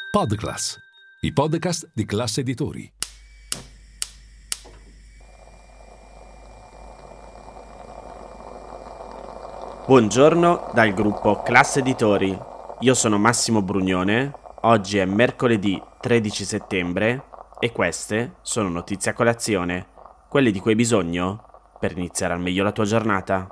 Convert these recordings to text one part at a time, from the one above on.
Podclass, i podcast di Classe Editori. Buongiorno dal gruppo Classe Editori. Io sono Massimo Brugnone. Oggi è mercoledì 13 settembre e queste sono notizie a colazione, quelle di cui hai bisogno per iniziare al meglio la tua giornata.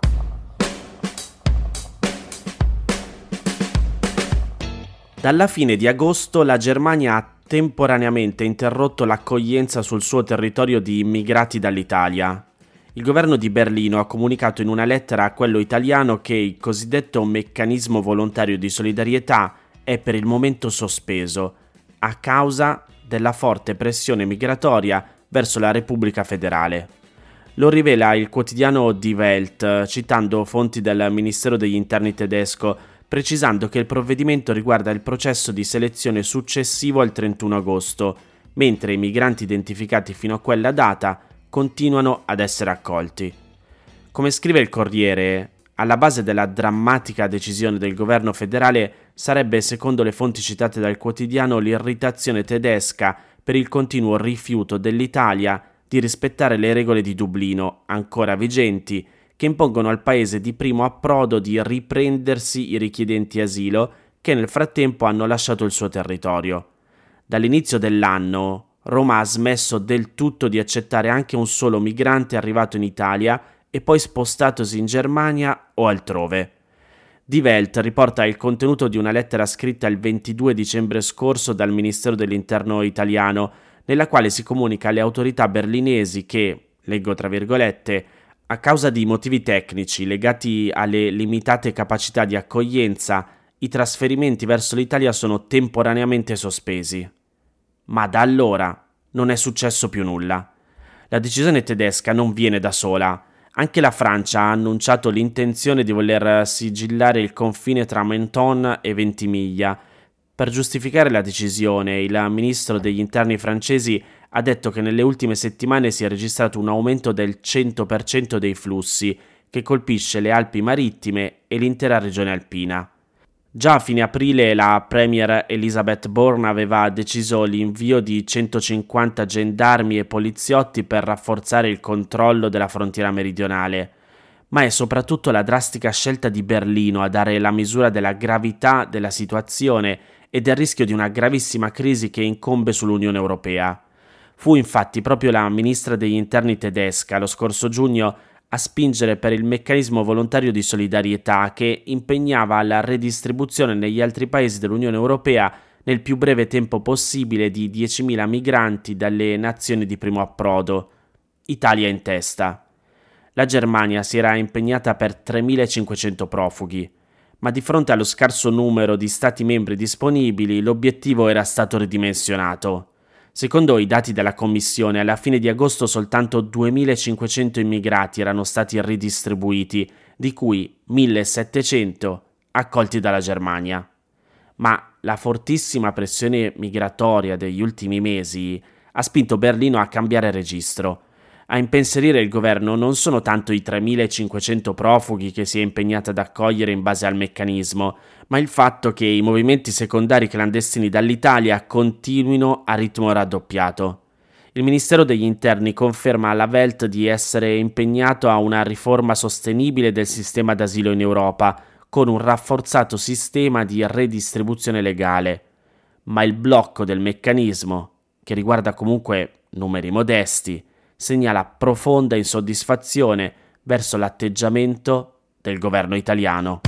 Dalla fine di agosto la Germania ha temporaneamente interrotto l'accoglienza sul suo territorio di immigrati dall'Italia. Il governo di Berlino ha comunicato in una lettera a quello italiano che il cosiddetto meccanismo volontario di solidarietà è per il momento sospeso, a causa della forte pressione migratoria verso la Repubblica Federale. Lo rivela il quotidiano Die Welt, citando fonti del Ministero degli Interni tedesco, precisando che il provvedimento riguarda il processo di selezione successivo al 31 agosto, mentre i migranti identificati fino a quella data continuano ad essere accolti. Come scrive il Corriere, alla base della drammatica decisione del governo federale sarebbe, secondo le fonti citate dal quotidiano, l'irritazione tedesca per il continuo rifiuto dell'Italia di rispettare le regole di Dublino, ancora vigenti, che impongono al paese di primo approdo di riprendersi i richiedenti asilo che nel frattempo hanno lasciato il suo territorio. Dall'inizio dell'anno, Roma ha smesso del tutto di accettare anche un solo migrante arrivato in Italia e poi spostatosi in Germania o altrove. Die Welt riporta il contenuto di una lettera scritta il 22 dicembre scorso dal Ministero dell'Interno italiano, nella quale si comunica alle autorità berlinesi che, leggo tra virgolette, a causa di motivi tecnici legati alle limitate capacità di accoglienza, i trasferimenti verso l'Italia sono temporaneamente sospesi. Ma da allora non è successo più nulla. La decisione tedesca non viene da sola. Anche la Francia ha annunciato l'intenzione di voler sigillare il confine tra Menton e Ventimiglia. Per giustificare la decisione, il ministro degli interni francesi ha detto che nelle ultime settimane si è registrato un aumento del 100% dei flussi, che colpisce le Alpi marittime e l'intera regione alpina. Già a fine aprile la premier Elisabeth Borne aveva deciso l'invio di 150 gendarmi e poliziotti per rafforzare il controllo della frontiera meridionale, ma è soprattutto la drastica scelta di Berlino a dare la misura della gravità della situazione e del rischio di una gravissima crisi che incombe sull'Unione Europea. Fu infatti proprio la ministra degli interni tedesca lo scorso giugno a spingere per il meccanismo volontario di solidarietà che impegnava la redistribuzione negli altri paesi dell'Unione Europea nel più breve tempo possibile di 10.000 migranti dalle nazioni di primo approdo, Italia in testa. La Germania si era impegnata per 3.500 profughi, ma di fronte allo scarso numero di stati membri disponibili l'obiettivo era stato ridimensionato. Secondo i dati della Commissione, alla fine di agosto soltanto 2.500 immigrati erano stati ridistribuiti, di cui 1.700 accolti dalla Germania. Ma la fortissima pressione migratoria degli ultimi mesi ha spinto Berlino a cambiare registro. A impensierire il governo non sono tanto i 3.500 profughi che si è impegnata ad accogliere in base al meccanismo, ma il fatto che i movimenti secondari clandestini dall'Italia continuino a ritmo raddoppiato. Il Ministero degli Interni conferma alla Welt di essere impegnato a una riforma sostenibile del sistema d'asilo in Europa, con un rafforzato sistema di redistribuzione legale. Ma il blocco del meccanismo, che riguarda comunque numeri modesti, segnala profonda insoddisfazione verso l'atteggiamento del governo italiano.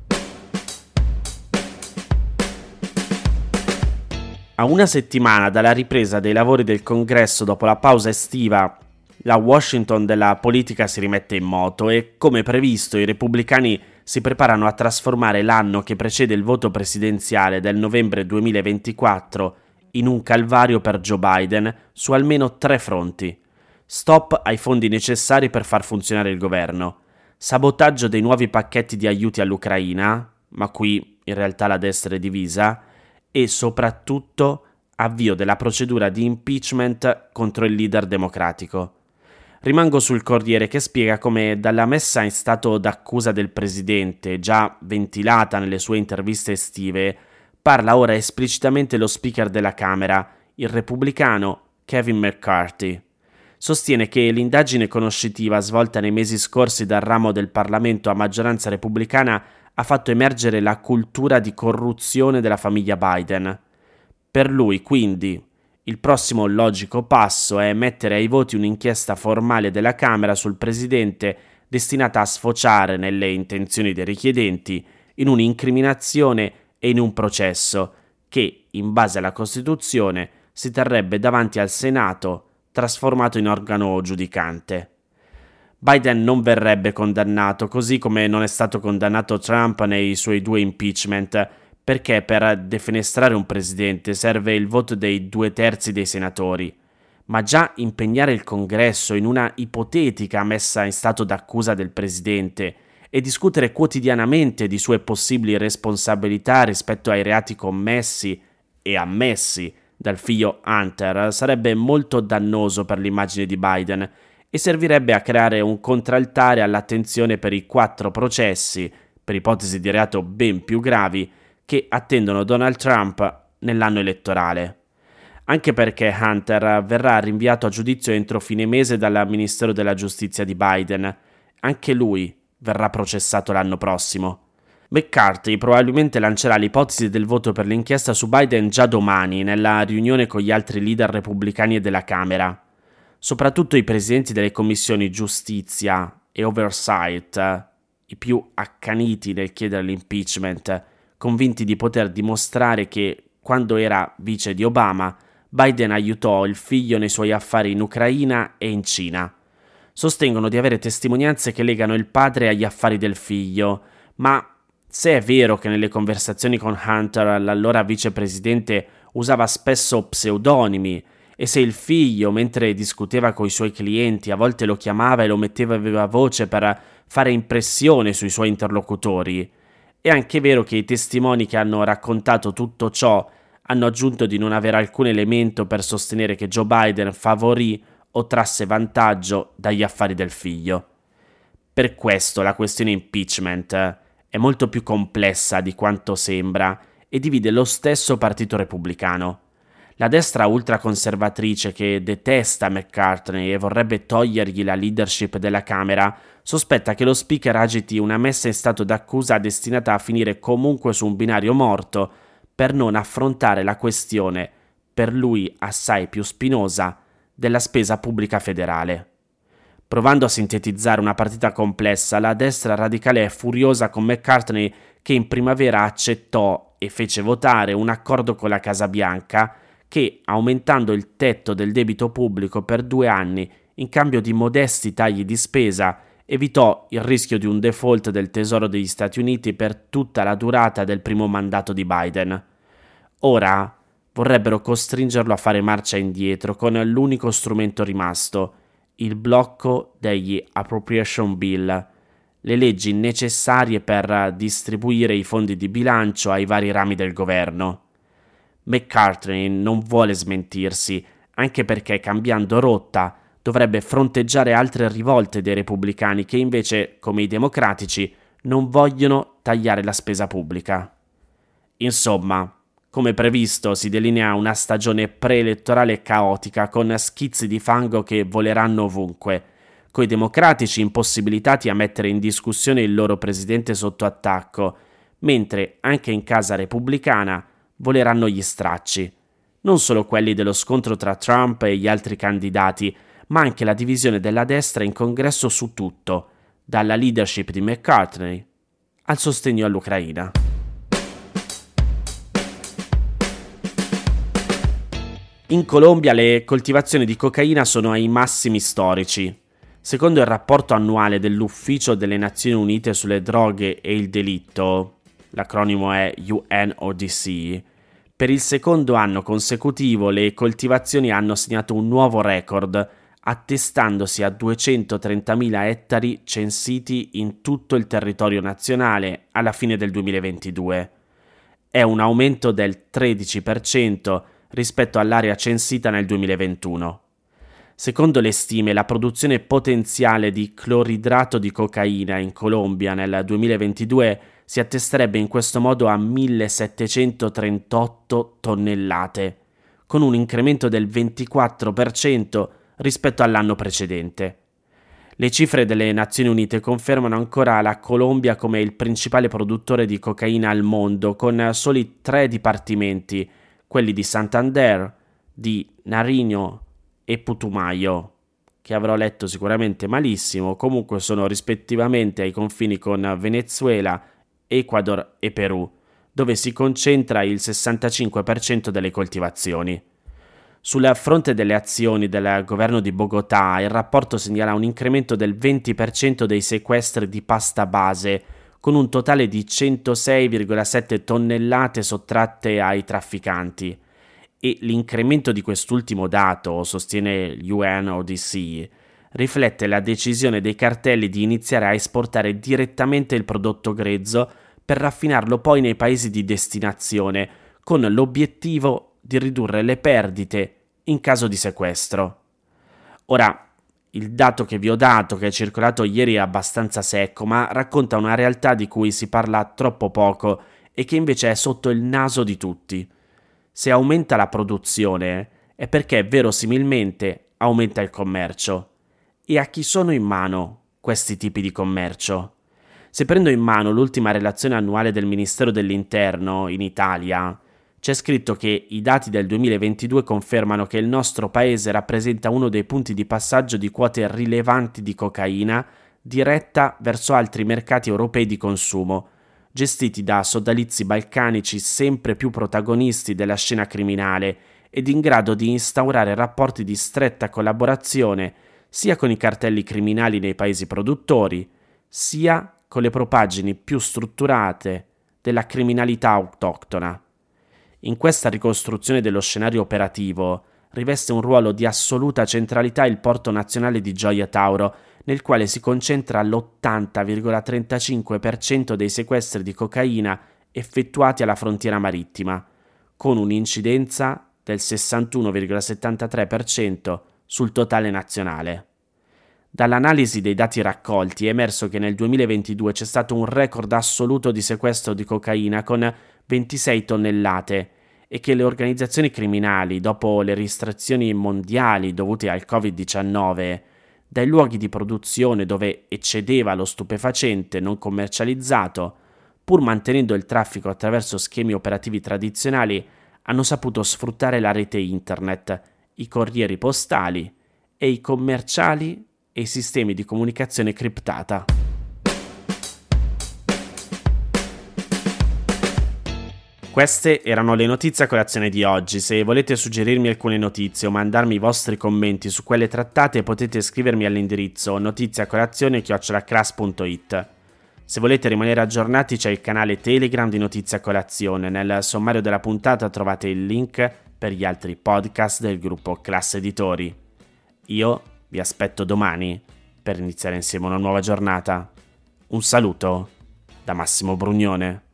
A una settimana dalla ripresa dei lavori del Congresso dopo la pausa estiva, la Washington della politica si rimette in moto e, come previsto, i repubblicani si preparano a trasformare l'anno che precede il voto presidenziale del novembre 2024 in un calvario per Joe Biden su almeno 3 fronti. Stop ai fondi necessari per far funzionare il governo, sabotaggio dei nuovi pacchetti di aiuti all'Ucraina, ma qui in realtà la destra è divisa, e soprattutto avvio della procedura di impeachment contro il leader democratico. Rimango sul Corriere che spiega come dalla messa in stato d'accusa del presidente, già ventilata nelle sue interviste estive, parla ora esplicitamente lo speaker della Camera, il repubblicano Kevin McCarthy. Sostiene che l'indagine conoscitiva svolta nei mesi scorsi dal ramo del Parlamento a maggioranza repubblicana ha fatto emergere la cultura di corruzione della famiglia Biden. Per lui, quindi, il prossimo logico passo è mettere ai voti un'inchiesta formale della Camera sul presidente destinata a sfociare nelle intenzioni dei richiedenti in un'incriminazione e in un processo che, in base alla Costituzione, si terrebbe davanti al Senato, trasformato in organo giudicante. Biden non verrebbe condannato, così come non è stato condannato Trump nei suoi 2 impeachment, perché per defenestrare un presidente serve il voto dei 2/3 dei senatori. Ma già impegnare il Congresso in una ipotetica messa in stato d'accusa del presidente e discutere quotidianamente di sue possibili responsabilità rispetto ai reati commessi e ammessi dal figlio Hunter sarebbe molto dannoso per l'immagine di Biden e servirebbe a creare un contraltare all'attenzione per i 4 processi, per ipotesi di reato ben più gravi, che attendono Donald Trump nell'anno elettorale. Anche perché Hunter verrà rinviato a giudizio entro fine mese dal Ministero della Giustizia di Biden. Anche lui verrà processato l'anno prossimo. McCarthy probabilmente lancerà l'ipotesi del voto per l'inchiesta su Biden già domani, nella riunione con gli altri leader repubblicani della Camera. Soprattutto i presidenti delle commissioni Giustizia e Oversight, i più accaniti nel chiedere l'impeachment, convinti di poter dimostrare che, quando era vice di Obama, Biden aiutò il figlio nei suoi affari in Ucraina e in Cina. Sostengono di avere testimonianze che legano il padre agli affari del figlio, ma se è vero che nelle conversazioni con Hunter l'allora vicepresidente usava spesso pseudonimi e se il figlio, mentre discuteva coi suoi clienti, a volte lo chiamava e lo metteva a viva voce per fare impressione sui suoi interlocutori, è anche vero che i testimoni che hanno raccontato tutto ciò hanno aggiunto di non avere alcun elemento per sostenere che Joe Biden favorì o trasse vantaggio dagli affari del figlio. Per questo la questione impeachment è molto più complessa di quanto sembra e divide lo stesso partito repubblicano. La destra ultraconservatrice che detesta McCarthy e vorrebbe togliergli la leadership della Camera sospetta che lo speaker agiti una messa in stato d'accusa destinata a finire comunque su un binario morto per non affrontare la questione, per lui assai più spinosa, della spesa pubblica federale. Provando a sintetizzare una partita complessa, la destra radicale è furiosa con McCarthy che in primavera accettò e fece votare un accordo con la Casa Bianca che, aumentando il tetto del debito pubblico per 2 anni in cambio di modesti tagli di spesa, evitò il rischio di un default del Tesoro degli Stati Uniti per tutta la durata del primo mandato di Biden. Ora vorrebbero costringerlo a fare marcia indietro con l'unico strumento rimasto, il blocco degli Appropriation Bill, le leggi necessarie per distribuire i fondi di bilancio ai vari rami del governo. McCarthy non vuole smentirsi, anche perché cambiando rotta dovrebbe fronteggiare altre rivolte dei repubblicani che invece, come i democratici, non vogliono tagliare la spesa pubblica. Insomma, come previsto, si delinea una stagione preelettorale caotica con schizzi di fango che voleranno ovunque, coi democratici impossibilitati a mettere in discussione il loro presidente sotto attacco, mentre anche in casa repubblicana voleranno gli stracci, non solo quelli dello scontro tra Trump e gli altri candidati, ma anche la divisione della destra in congresso su tutto, dalla leadership di McCarthy al sostegno all'Ucraina. In Colombia le coltivazioni di cocaina sono ai massimi storici. Secondo il rapporto annuale dell'Ufficio delle Nazioni Unite sulle droghe e il delitto, l'acronimo è UNODC, per il secondo anno consecutivo le coltivazioni hanno segnato un nuovo record, attestandosi a 230.000 ettari censiti in tutto il territorio nazionale alla fine del 2022. È un aumento del 13% rispetto all'area censita nel 2021. Secondo le stime, la produzione potenziale di cloridrato di cocaina in Colombia nel 2022 si attesterebbe in questo modo a 1738 tonnellate, con un incremento del 24% rispetto all'anno precedente. Le cifre delle Nazioni Unite confermano ancora la Colombia come il principale produttore di cocaina al mondo, con soli 3 dipartimenti, quelli di Santander, di Nariño e Putumayo, che avrò letto sicuramente malissimo, comunque sono rispettivamente ai confini con Venezuela, Ecuador e Perù, dove si concentra il 65% delle coltivazioni. Sul fronte delle azioni del governo di Bogotà, il rapporto segnala un incremento del 20% dei sequestri di pasta base, con un totale di 106,7 tonnellate sottratte ai trafficanti. E l'incremento di quest'ultimo dato, sostiene l'UNODC, riflette la decisione dei cartelli di iniziare a esportare direttamente il prodotto grezzo per raffinarlo poi nei paesi di destinazione, con l'obiettivo di ridurre le perdite in caso di sequestro. Ora, il dato che vi ho dato, che è circolato ieri, è abbastanza secco, ma racconta una realtà di cui si parla troppo poco e che invece è sotto il naso di tutti. Se aumenta la produzione è perché verosimilmente aumenta il commercio. E a chi sono in mano questi tipi di commercio? Se prendo in mano l'ultima relazione annuale del Ministero dell'Interno in Italia, c'è scritto che i dati del 2022 confermano che il nostro paese rappresenta uno dei punti di passaggio di quote rilevanti di cocaina diretta verso altri mercati europei di consumo, gestiti da sodalizi balcanici sempre più protagonisti della scena criminale ed in grado di instaurare rapporti di stretta collaborazione sia con i cartelli criminali nei paesi produttori, sia con le propaggini più strutturate della criminalità autoctona. In questa ricostruzione dello scenario operativo riveste un ruolo di assoluta centralità il Porto Nazionale di Gioia Tauro, nel quale si concentra l'80,35% dei sequestri di cocaina effettuati alla frontiera marittima, con un'incidenza del 61,73% sul totale nazionale. Dall'analisi dei dati raccolti è emerso che nel 2022 c'è stato un record assoluto di sequestro di cocaina con 26 tonnellate e che le organizzazioni criminali, dopo le restrizioni mondiali dovute al Covid-19, dai luoghi di produzione dove eccedeva lo stupefacente non commercializzato, pur mantenendo il traffico attraverso schemi operativi tradizionali, hanno saputo sfruttare la rete internet, i corrieri postali e i commerciali e i sistemi di comunicazione criptata. Queste erano le notizie a colazione di oggi. Se volete suggerirmi alcune notizie o mandarmi i vostri commenti su quelle trattate, potete scrivermi all'indirizzo notiziacolazione@cras.it. Se volete rimanere aggiornati, c'è il canale Telegram di Notizie a Colazione. Nel sommario della puntata trovate il link per gli altri podcast del gruppo Classe Editori. Io vi aspetto domani per iniziare insieme una nuova giornata. Un saluto da Massimo Brugnone.